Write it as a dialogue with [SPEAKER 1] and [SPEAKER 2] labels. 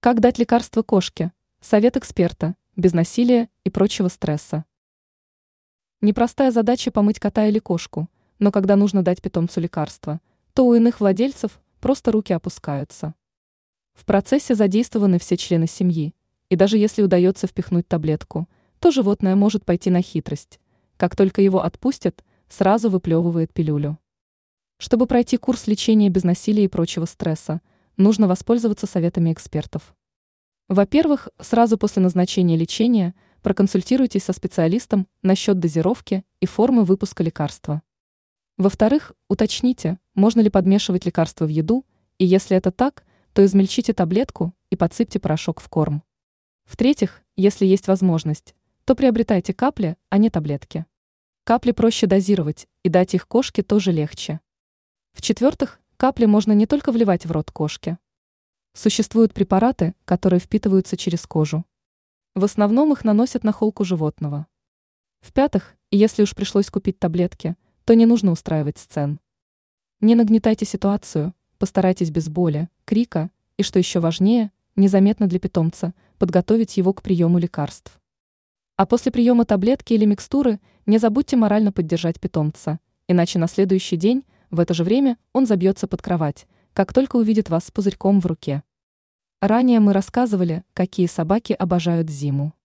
[SPEAKER 1] Как дать лекарство кошке? Совет эксперта, без насилия и прочего стресса. Непростая задача помыть кота или кошку, но когда нужно дать питомцу лекарство, то у иных владельцев просто руки опускаются. В процессе задействованы все члены семьи, и даже если удается впихнуть таблетку, то животное может пойти на хитрость. Как только его отпустят, сразу выплевывает пилюлю. Чтобы пройти курс лечения без насилия и прочего стресса, нужно воспользоваться советами экспертов. Во-первых, сразу после назначения лечения проконсультируйтесь со специалистом насчет дозировки и формы выпуска лекарства. Во-вторых, уточните, можно ли подмешивать лекарство в еду, и если это так, то измельчите таблетку и подсыпьте порошок в корм. В-третьих, если есть возможность, то приобретайте капли, а не таблетки. Капли проще дозировать, и дать их кошке тоже легче. В-четвертых, капли можно не только вливать в рот кошке. Существуют препараты, которые впитываются через кожу. В основном их наносят на холку животного. В-пятых, если уж пришлось купить таблетки, то не нужно устраивать сцен. Не нагнетайте ситуацию, постарайтесь без боли, крика и, что еще важнее, незаметно для питомца, подготовить его к приему лекарств. А после приема таблетки или микстуры не забудьте морально поддержать питомца, иначе на следующий день в это же время он забьется под кровать, как только увидит вас с пузырьком в руке. Ранее мы рассказывали, какие собаки обожают зиму.